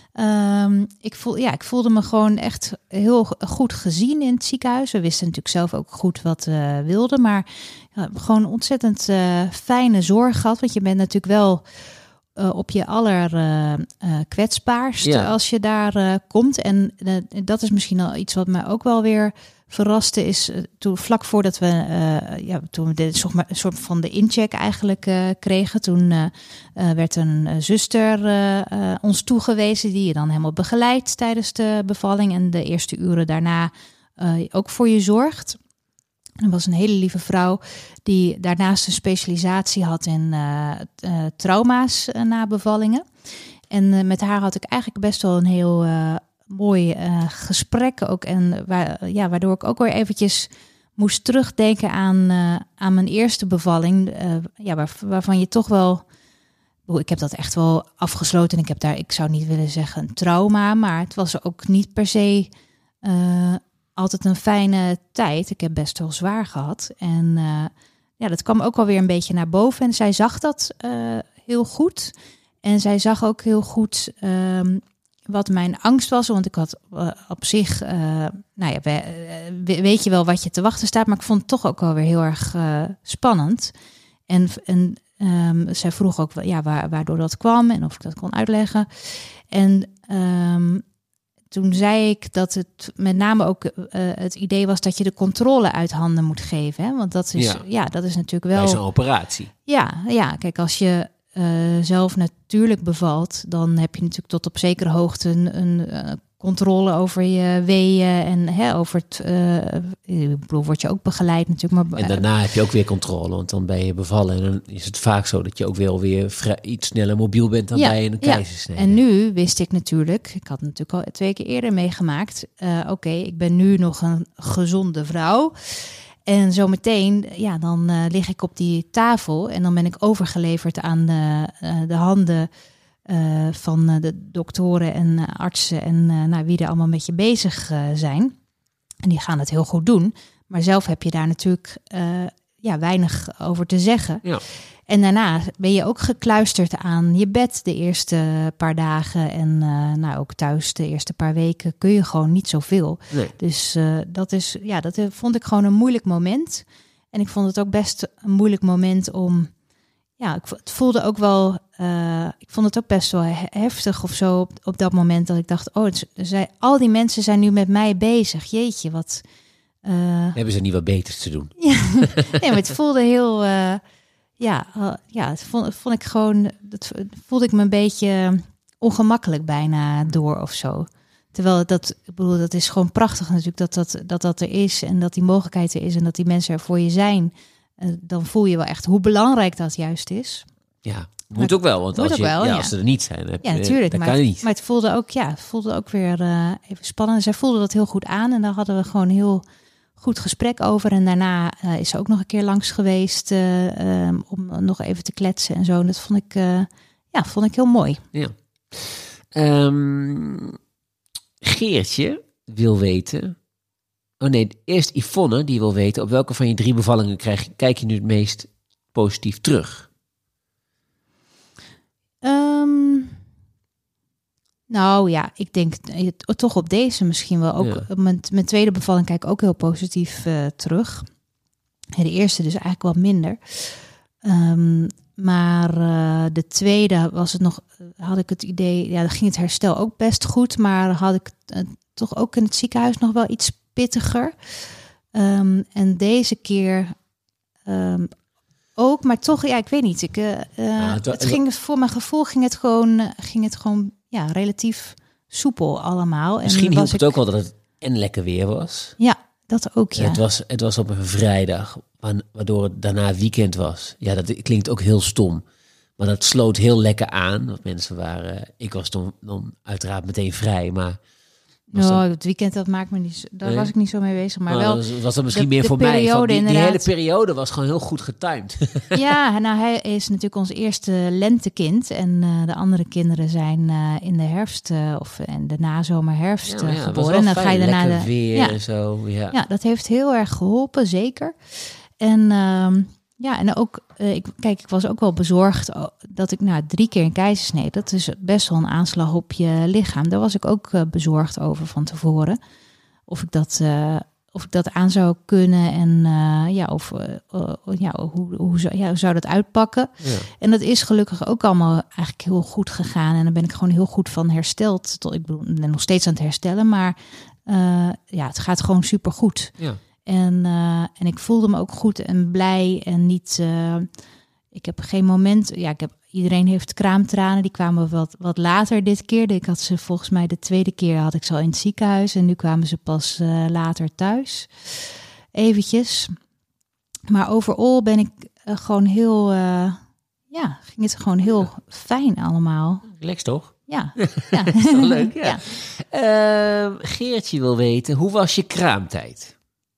um, ik voel, ja, ik voelde me gewoon echt heel goed gezien in het ziekenhuis. We wisten natuurlijk zelf ook goed wat we wilden, maar ja, gewoon ontzettend uh, fijne zorg gehad, want je bent natuurlijk wel Uh, op je aller uh, uh, kwetsbaarst ja. als je daar uh, komt. En uh, dat is misschien al iets wat mij ook wel weer verraste is. Uh, toen vlak voordat we, uh, ja, toen we de, een soort van de incheck eigenlijk uh, kregen, toen uh, uh, werd een uh, zuster uh, uh, ons toegewezen die je dan helemaal begeleidt tijdens de bevalling en de eerste uren daarna uh, ook voor je zorgt. Er was een hele lieve vrouw die daarnaast een specialisatie had in uh, uh, trauma's uh, na bevallingen. En uh, met haar had ik eigenlijk best wel een heel uh, mooi uh, gesprek ook. En wa- ja, waardoor ik ook weer eventjes moest terugdenken aan, uh, aan mijn eerste bevalling. Uh, ja, waar, waarvan je toch wel... Ik heb dat echt wel afgesloten. Ik heb daar, ik zou niet willen zeggen een trauma, maar het was ook niet per se... Uh, altijd een fijne tijd. Ik heb best wel zwaar gehad. En uh, ja, dat kwam ook wel weer een beetje naar boven. En zij zag dat uh, heel goed. En zij zag ook heel goed um, wat mijn angst was. Want ik had uh, op zich... Uh, nou ja, we, uh, weet je wel wat je te wachten staat. Maar ik vond het toch ook wel weer heel erg uh, spannend. En, en um, zij vroeg ook ja, waar, waardoor dat kwam. En of ik dat kon uitleggen. En... Um, Toen zei ik dat het met name ook uh, het idee was dat je de controle uit handen moet geven. Hè? Want dat is, ja. ja, dat is natuurlijk wel... Bij zo'n operatie. Ja, ja, kijk, als je uh, zelf natuurlijk bevalt, dan heb je natuurlijk tot op zekere hoogte een, een uh, controle over je weeën en hè, over het... Uh, ik bedoel, word je ook begeleid natuurlijk. Maar, en daarna heb je ook weer controle, want dan ben je bevallen. En dan is het vaak zo dat je ook wel weer vrij, iets sneller mobiel bent dan ja, bij een keizersnede. Ja. En nu wist ik natuurlijk, ik had natuurlijk al twee keer eerder meegemaakt. Uh, Oké, okay, ik ben nu nog een gezonde vrouw. En zometeen, ja, dan uh, lig ik op die tafel en dan ben ik overgeleverd aan de, uh, de handen... Uh, van uh, de doktoren en uh, artsen en uh, nou, wie er allemaal met je bezig uh, zijn. En die gaan het heel goed doen. Maar zelf heb je daar natuurlijk uh, ja, weinig over te zeggen. Ja. En daarna ben je ook gekluisterd aan je bed de eerste paar dagen. En uh, nou, ook thuis de eerste paar weken kun je gewoon niet zoveel. Nee. Dus uh, dat, is, ja, dat vond ik gewoon een moeilijk moment. En ik vond het ook best een moeilijk moment om... Ja, ik, het voelde ook wel... Uh, ik vond het ook best wel heftig of zo op, op dat moment dat ik dacht... oh, het, zij, al die mensen zijn nu met mij bezig. Jeetje, wat, Uh, Hebben ze niet wat beters te doen? Ja, nee, maar het voelde heel... Uh, ja, uh, ja, het vond, vond ik gewoon... Dat voelde ik me een beetje ongemakkelijk bijna door of zo. Terwijl dat, ik bedoel, dat is gewoon prachtig natuurlijk dat dat, dat dat er is. En dat die mogelijkheid er is en dat die mensen er voor je zijn. Uh, dan voel je wel echt hoe belangrijk dat juist is. Ja, moet ook wel. Want als, je, wel, ja, ja. als ze er niet zijn, heb, ja, natuurlijk, dat maar, kan je niet. Maar het voelde ook, ja, het voelde ook weer uh, even spannend. Zij voelde dat heel goed aan en daar hadden we gewoon heel goed gesprek over. En daarna uh, is ze ook nog een keer langs geweest uh, um, om nog even te kletsen en zo. En dat vond ik, uh, ja, vond ik heel mooi. Ja. Um, Geertje wil weten... Oh nee, eerst Yvonne die wil weten... op welke van je drie bevallingen krijg, kijk je nu het meest positief terug? Um, nou ja, ik denk toch op deze misschien wel. Ook ja. mijn, mijn tweede bevalling kijk ik ook heel positief uh, terug. En de eerste dus eigenlijk wat minder. Um, maar uh, de tweede was het nog, had ik het idee, ja, dan ging het herstel ook best goed, maar had ik uh, toch ook in het ziekenhuis nog wel iets pittiger. Um, en deze keer um, ook, maar toch, ja, ik weet niet. Ik, uh, ja, het, het ging voor mijn gevoel ging het gewoon, uh, ging het gewoon, ja, relatief soepel allemaal. Misschien en hielp was het ik, ook wel dat het en lekker weer was. Ja, dat ook, ja. Het was, het was op een vrijdag, waardoor het daarna weekend was. Ja, dat klinkt ook heel stom. Maar dat sloot heel lekker aan. Want mensen waren, ik was dan, dan uiteraard meteen vrij, maar... Nou, dan... het weekend, dat maakt me niet, daar nee? was ik niet zo mee bezig. Maar nou, wel was dat misschien de, meer de voor mij. Van die, die hele periode was gewoon heel goed getimed. Ja, nou, hij is natuurlijk ons eerste lentekind. En uh, de andere kinderen zijn uh, in de herfst uh, of in de nazomer-herfst ja, uh, ja, geboren. En dan fijn, ga je daarna lekker de weer ja. en zo. Ja. ja, dat heeft heel erg geholpen, zeker. En uh, ja, en ook, uh, ik, kijk, ik was ook wel bezorgd dat ik nou drie keer een keizersnee. Dat is best wel een aanslag op je lichaam. Daar was ik ook uh, bezorgd over van tevoren. Of ik dat, uh, of ik dat aan zou kunnen en uh, ja, of uh, uh, ja, hoe, hoe, zou, ja, hoe zou dat uitpakken? Ja. En dat is gelukkig ook allemaal eigenlijk heel goed gegaan. En daar ben ik gewoon heel goed van hersteld. Tot, ik bedoel, ik ben nog steeds aan het herstellen, maar uh, ja, het gaat gewoon supergoed. Ja. En, uh, en ik voelde me ook goed en blij en niet... Uh, ik heb geen moment... Ja, ik heb, iedereen heeft kraamtranen. Die kwamen wat, wat later dit keer. Ik had ze volgens mij de tweede keer had ik ze al in het ziekenhuis. En nu kwamen ze pas uh, later thuis. Eventjes. Maar overal ben ik uh, gewoon heel... Uh, ja, ging het gewoon heel ja. fijn allemaal. Lekker toch? Ja. ja. Dat is toch leuk, ja. ja. Uh, Geertje wil weten, hoe was je kraamtijd?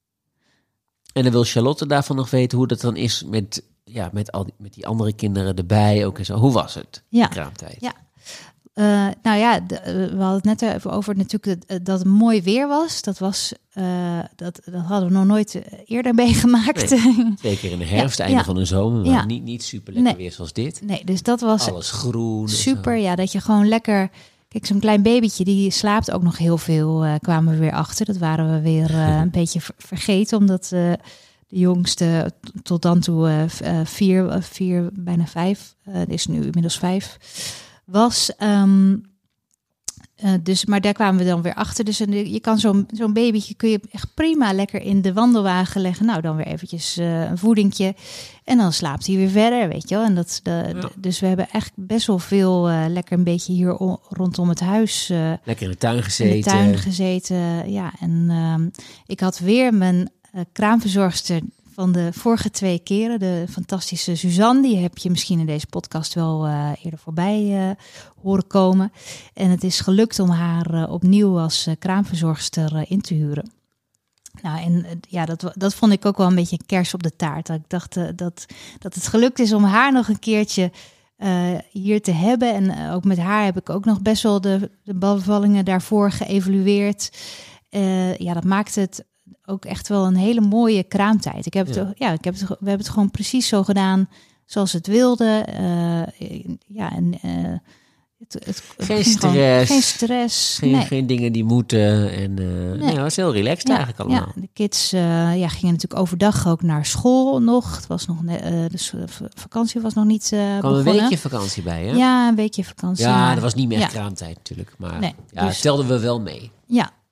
En dan wil Charlotte daarvan nog weten hoe dat dan is met, ja, met, al die, met die andere kinderen erbij ook en zo. Hoe was het, ja. de kraamtijd? Ja. Uh, nou ja, de, we hadden het net even over natuurlijk dat, dat het mooi weer was. Dat, was uh, dat, dat hadden we nog nooit eerder meegemaakt. Nee, twee keer in de herfst, ja, einde ja. van de zomer. Maar ja. niet, niet super lekker nee. weer zoals dit. Nee, dus dat was alles groen. Super, ja, dat je gewoon lekker... Kijk, zo'n klein babytje, die slaapt ook nog heel veel, uh, kwamen we weer achter. Dat waren we weer uh, een beetje ver- vergeten, omdat uh, de jongste t- tot dan toe uh, vier, uh, vier, bijna vijf, uh, is nu inmiddels vijf, was. Um, uh, dus, maar daar kwamen we dan weer achter. Dus uh, je kan zo'n, zo'n babytje kun je echt prima lekker in de wandelwagen leggen. Nou, dan weer eventjes uh, een voedingje. En dan slaapt hij weer verder, weet je wel. En dat, de, ja. de, dus we hebben echt best wel veel uh, lekker een beetje hier o- rondom het huis. Uh, lekker in de tuin gezeten. In de tuin gezeten, ja. En uh, ik had weer mijn uh, kraamverzorgster van de vorige twee keren, de fantastische Suzanne. Die heb je misschien in deze podcast wel uh, eerder voorbij uh, horen komen. En het is gelukt om haar uh, opnieuw als uh, kraamverzorgster uh, in te huren. Nou, en ja, dat, dat vond ik ook wel een beetje een kers op de taart. Dat ik dacht uh, dat, dat het gelukt is om haar nog een keertje uh, hier te hebben. En uh, ook met haar heb ik ook nog best wel de, de bevallingen daarvoor geëvalueerd. Uh, ja, dat maakt het ook echt wel een hele mooie kraamtijd. Ik heb het, ja. Ja, ik heb het, we hebben het gewoon precies zo gedaan zoals het wilde. Uh, ja, en... Uh, Het, het, geen, stress, geen stress. Geen, nee. geen dingen die moeten. En uh, nee. nou, het was heel relaxed ja, eigenlijk allemaal. Ja, de kids uh, ja, gingen natuurlijk overdag ook naar school nog. Het was nog uh, dus vakantie was nog niet uh, kwam begonnen. een weekje vakantie bij, hè? Ja, een weekje vakantie. Ja, maar, dat was niet meer ja. kraamtijd natuurlijk. Maar nee, ja, dus, stelden we wel mee. Ja,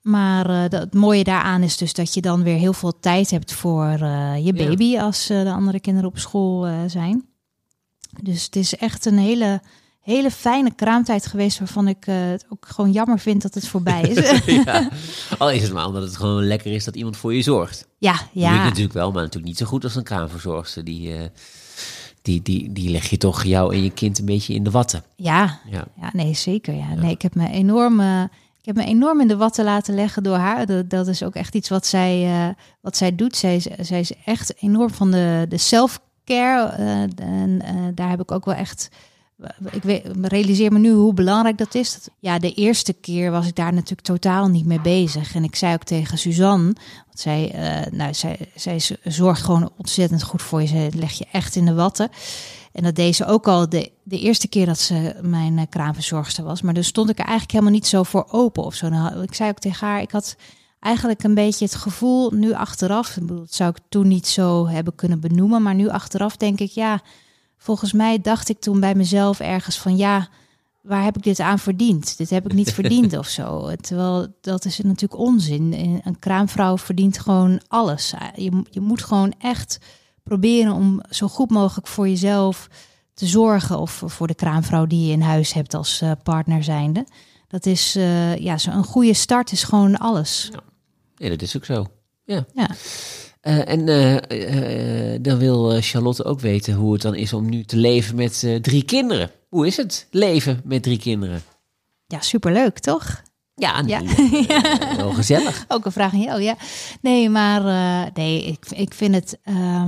Maar uh, dat, het mooie daaraan is dus dat je dan weer heel veel tijd hebt voor uh, je baby ja. als uh, de andere kinderen op school uh, zijn. Dus het is echt een hele, hele fijne kraamtijd geweest waarvan ik uh, het ook gewoon jammer vind dat het voorbij is. ja. Al is het maar omdat het gewoon lekker is dat iemand voor je zorgt. Ja, ja. Dat natuurlijk wel, maar natuurlijk niet zo goed als een kraamverzorgster. Die, uh, die, die, die leg je toch jou en je kind een beetje in de watten. Ja, ja. ja nee, zeker. Ja. Nee, ik heb me enorm... Uh, Ik heb me enorm in de watten laten leggen door haar. Dat, dat is ook echt iets wat zij, uh, wat zij doet. Zij is, zij is echt enorm van de, de self-care. Uh, en uh, daar heb ik ook wel echt... Ik weet, realiseer me nu hoe belangrijk dat is. Dat, ja, de eerste keer was ik daar natuurlijk totaal niet mee bezig. En ik zei ook tegen Suzanne... Want zij, uh, nou, zij, zij zorgt gewoon ontzettend goed voor je. Ze leg je echt in de watten. En dat deed ze ook al de, de eerste keer dat ze mijn uh, kraamverzorgster was. Maar dus stond ik er eigenlijk helemaal niet zo voor open of zo. Nou, ik zei ook tegen haar, ik had eigenlijk een beetje het gevoel, nu achteraf... Ik bedoel, dat zou ik toen niet zo hebben kunnen benoemen. Maar nu achteraf denk ik, ja... Volgens mij dacht ik toen bij mezelf ergens van, ja... Waar heb ik dit aan verdiend? Dit heb ik niet verdiend of zo. Terwijl, dat is natuurlijk onzin. Een kraamvrouw verdient gewoon alles. Je, je moet gewoon echt... proberen om zo goed mogelijk voor jezelf te zorgen... of voor de kraamvrouw die je in huis hebt als uh, partner zijnde. Dat is, uh, ja, zo'n goede start is gewoon alles. Ja, ja dat is ook zo. Ja. ja. Uh, en uh, uh, dan wil Charlotte ook weten hoe het dan is om nu te leven met uh, drie kinderen. Hoe is het, leven met drie kinderen? Ja, superleuk, toch? Ja, nee, ja. Uh, wel gezellig. Ook een vraag aan jou, ja. Nee, maar uh, nee, ik, ik vind het... Uh,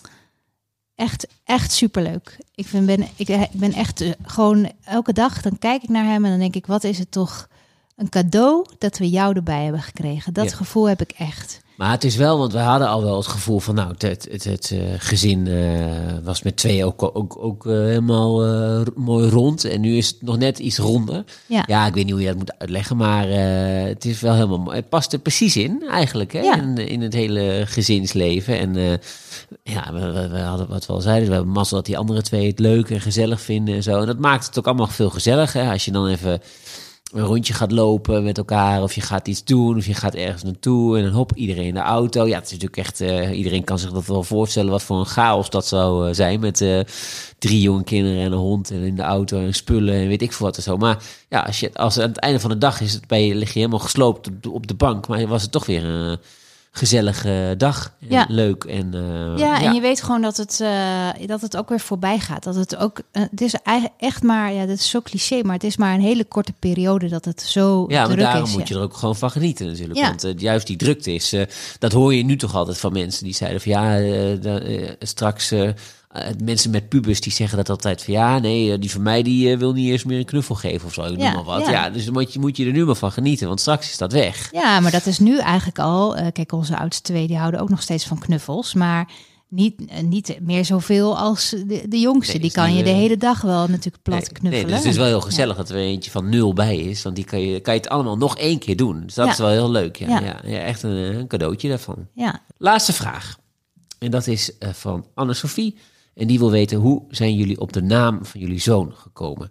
Echt, echt superleuk. Ik vind, ben, ik ben echt uh, gewoon elke dag, dan kijk ik naar hem en dan denk ik, wat is het toch een cadeau dat we jou erbij hebben gekregen. Dat ja. gevoel heb ik echt. Maar het is wel, want we hadden al wel het gevoel van, nou, het, het, het, het uh, gezin uh, was met twee ook, ook, ook uh, helemaal uh, mooi rond. En nu is het nog net iets ronder. Ja, ja ik weet niet hoe je dat moet uitleggen, maar uh, het is wel helemaal mooi. Het past er precies in, eigenlijk, hè, ja. in, in het hele gezinsleven. En uh, ja, we, we, we hadden wat we al zeiden, we hebben mazzel dat die andere twee het leuk en gezellig vinden en zo. En dat maakt het ook allemaal veel gezelliger. Als je dan even een rondje gaat lopen met elkaar, of je gaat iets doen, of je gaat ergens naartoe en dan hop, iedereen in de auto. Ja, het is natuurlijk echt, uh, iedereen kan zich dat wel voorstellen wat voor een chaos dat zou uh, zijn met uh, drie jonge kinderen en een hond en in de auto en spullen en weet ik veel wat en zo. Maar ja, als je als aan het einde van de dag is het bij je, lig je helemaal gesloopt op de, op de bank, maar was het toch weer een gezellige dag. En ja. Leuk. En, uh, ja, en ja. je weet gewoon dat het, uh, dat het ook weer voorbij gaat. Dat het ook, uh, het is eigenlijk echt maar, ja, dat is zo cliché, maar het is maar een hele korte periode dat het zo ja, druk maar daarom is, moet ja. je er ook gewoon van genieten natuurlijk. Ja. Want uh, juist die drukte is, uh, dat hoor je nu toch altijd van mensen die zeiden van ja, uh, uh, straks... Uh, Uh, mensen met pubers die zeggen dat altijd van ja, nee, die van mij die uh, wil niet eens meer een knuffel geven of zo, ik ja, noem maar wat. Ja. ja, dus moet je, moet je er nu maar van genieten, want straks is dat weg. Ja, maar dat is nu eigenlijk al, uh, kijk, onze oudste twee die houden ook nog steeds van knuffels, maar niet, uh, niet meer zoveel als de, de jongste. Nee, die kan die, je de hele dag wel natuurlijk plat nee, knuffelen. Nee, dus het is wel heel gezellig ja. dat er eentje van nul bij is, want die kan je, kan je het allemaal nog één keer doen. Dus dat ja. is wel heel leuk. Ja, ja. ja, ja echt een, een cadeautje daarvan. Ja. Laatste vraag. En dat is uh, van Anne-Sophie. En die wil weten, hoe zijn jullie op de naam van jullie zoon gekomen?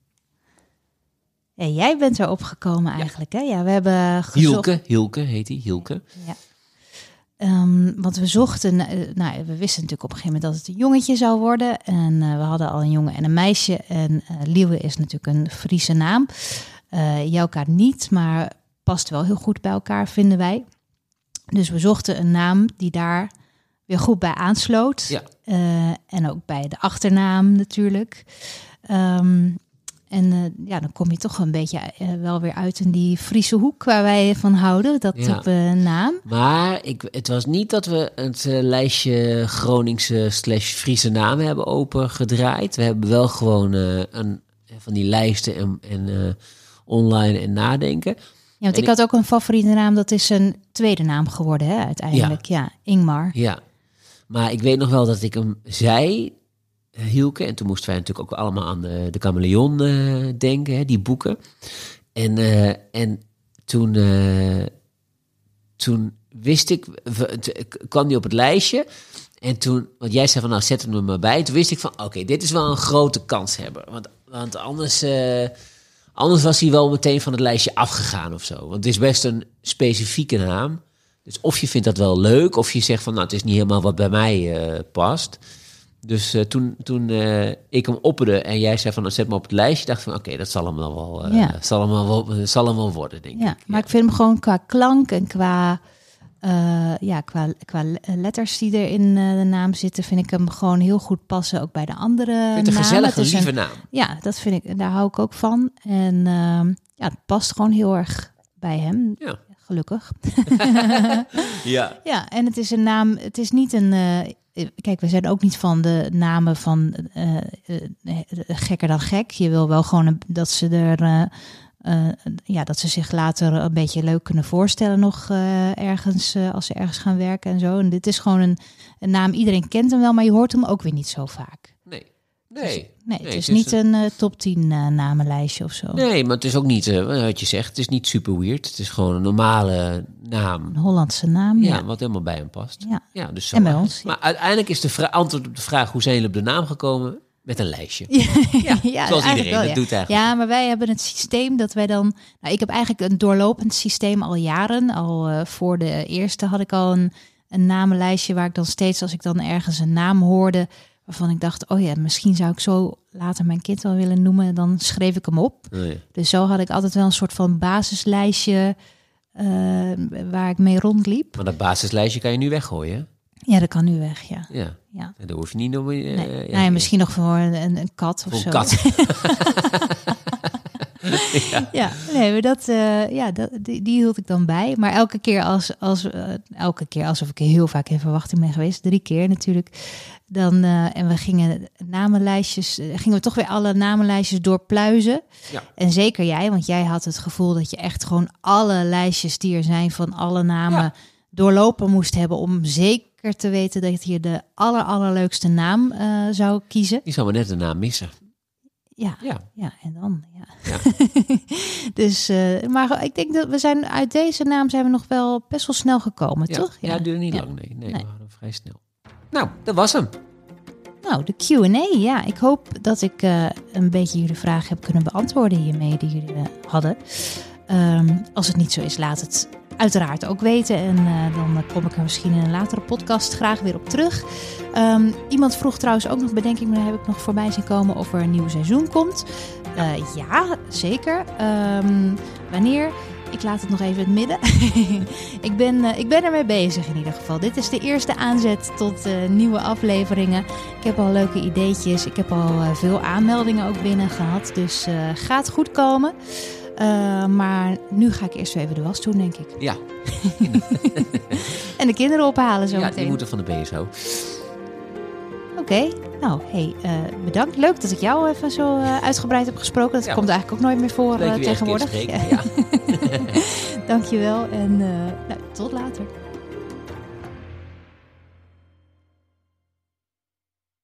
Ja, jij bent erop gekomen eigenlijk, ja. hè? Ja, we hebben gezocht... Hielke, Hielke heet hij, Hielke. Ja. Um, want we zochten, uh, nou, we wisten natuurlijk op een gegeven moment dat het een jongetje zou worden. En uh, we hadden al een jongen en een meisje. En uh, Liewe is natuurlijk een Friese naam. Uh, Jelka niet, maar past wel heel goed bij elkaar, vinden wij. Dus we zochten een naam die daar weer goed bij aansloot. Ja. Uh, en ook bij de achternaam natuurlijk. Um, en uh, ja, dan kom je toch een beetje uh, wel weer uit in die Friese hoek waar wij van houden. Dat ja. type naam. Maar ik, het was niet dat we het uh, lijstje Groningse slash Friese namen hebben opengedraaid. We hebben wel gewoon uh, een, van die lijsten en, en uh, online en nadenken. Ja, want en ik had ook een favoriete naam. Dat is een tweede naam geworden, hè, uiteindelijk. Ja, ja Ingmar. Ja, maar ik weet nog wel dat ik hem zei, Hielke. En toen moesten wij natuurlijk ook allemaal aan de, de Chameleon uh, denken, hè, die boeken. En, uh, en toen, uh, toen wist ik, kwam die op het lijstje. En toen, want jij zei van nou, zet hem er maar bij. Toen wist ik van, oké, okay, dit is wel een grote kans hebben. Want, want anders... Uh, Anders was hij wel meteen van het lijstje afgegaan of zo. Want het is best een specifieke naam. Dus of je vindt dat wel leuk, of je zegt van... nou, het is niet helemaal wat bij mij uh, past. Dus uh, toen, toen uh, ik hem opperde en jij zei van... nou, zet me op het lijstje, dacht ik van... oké, okay, dat zal hem wel, uh, ja. zal hem wel, zal hem wel worden, denk ja, ik. Maar ja. ik vind hem gewoon qua klank en qua... Uh, ja, qua, qua letters die er in uh, de naam zitten... vind ik hem gewoon heel goed passen, ook bij de andere namen. Het is een gezellige, het is lieve een, naam. Ja, dat vind ik, daar hou ik ook van. En uh, ja, het past gewoon heel erg bij hem. Ja. Gelukkig. ja. Ja, en het is een naam... Het is niet een... Uh, kijk, we zijn ook niet van de namen van uh, uh, gekker dan gek. Je wil wel gewoon een, dat ze er... Uh, Uh, ja, dat ze zich later een beetje leuk kunnen voorstellen nog uh, ergens, uh, als ze ergens gaan werken en zo. En dit is gewoon een, een naam, iedereen kent hem wel, maar je hoort hem ook weer niet zo vaak. Nee, nee. Dus, nee, nee, het het is is niet een, een uh, top tien uh, namenlijstje of zo. Nee, maar het is ook niet, uh, wat je zegt, het is niet super weird. Het is gewoon een normale naam. Een Hollandse naam, ja. Ja, wat helemaal bij hem past. Ja, ja dus zo en bij ons. Maar ja. uiteindelijk is de vra- antwoord op de vraag, hoe zijn jullie op de naam gekomen? Met een lijstje. Ja, ja, ja zoals iedereen wel, dat ja. doet eigenlijk. Ja, maar wij hebben het systeem dat wij dan... Nou, ik heb eigenlijk een doorlopend systeem al jaren. Al uh, voor de eerste had ik al een, een namenlijstje... waar ik dan steeds, als ik dan ergens een naam hoorde... waarvan ik dacht, oh ja, misschien zou ik zo later mijn kind wel willen noemen... dan schreef ik hem op. Oh ja. Dus zo had ik altijd wel een soort van basislijstje... Uh, waar ik mee rondliep. Maar dat basislijstje kan je nu weggooien, hè? Ja, dat kan nu weg, ja. Ja, ja. En dat hoef je niet nog... Uh, nee. ja, nou ja, misschien nog voor een, een kat of voor zo. een kat. ja. ja, nee, maar dat, uh, ja, dat, die, die hield ik dan bij. Maar elke keer als, als uh, elke keer alsof ik heel vaak in verwachting ben geweest, drie keer natuurlijk. Dan uh, en we gingen namenlijstjes, uh, gingen we toch weer alle namenlijstjes doorpluizen. Ja. En zeker jij, want jij had het gevoel dat je echt gewoon alle lijstjes die er zijn van alle namen ja. doorlopen moest hebben om zeker te weten dat je de aller allerleukste naam uh, zou kiezen. Die zou maar net de naam missen. Ja, ja. ja, en dan, ja. ja. dus, uh, maar ik denk dat we zijn uit deze naam zijn we nog wel best wel snel gekomen, ja. toch? Ja, het duurde niet ja. lang, nee. Nee, nee. we waren vrij snel. Nou, dat was hem. Nou, de Q en A, ja. Ik hoop dat ik uh, een beetje jullie vragen heb kunnen beantwoorden hiermee die jullie uh, hadden. Um, als het niet zo is, laat het uiteraard ook weten. En uh, dan kom ik er misschien in een latere podcast graag weer op terug. Um, iemand vroeg trouwens ook nog, bedenk ik me, daar heb ik nog voorbij zien komen of er een nieuw seizoen komt. Uh, ja, zeker. Um, wanneer? Ik laat het nog even in het midden. ik, ben, uh, ik ben ermee bezig in ieder geval. Dit is de eerste aanzet tot uh, nieuwe afleveringen. Ik heb al leuke ideetjes. Ik heb al uh, veel aanmeldingen ook binnen gehad. Dus uh, gaat goed komen. Uh, maar nu ga ik eerst weer even de was doen, denk ik. Ja. en de kinderen ophalen zo ja, meteen. die moeten van de B S O. Oké, okay. nou, hey, uh, bedankt. Leuk dat ik jou even zo uh, uitgebreid heb gesproken. Dat ja. komt eigenlijk ook nooit meer voor uh, tegenwoordig. Ja. Dankjewel en uh, nou, tot later.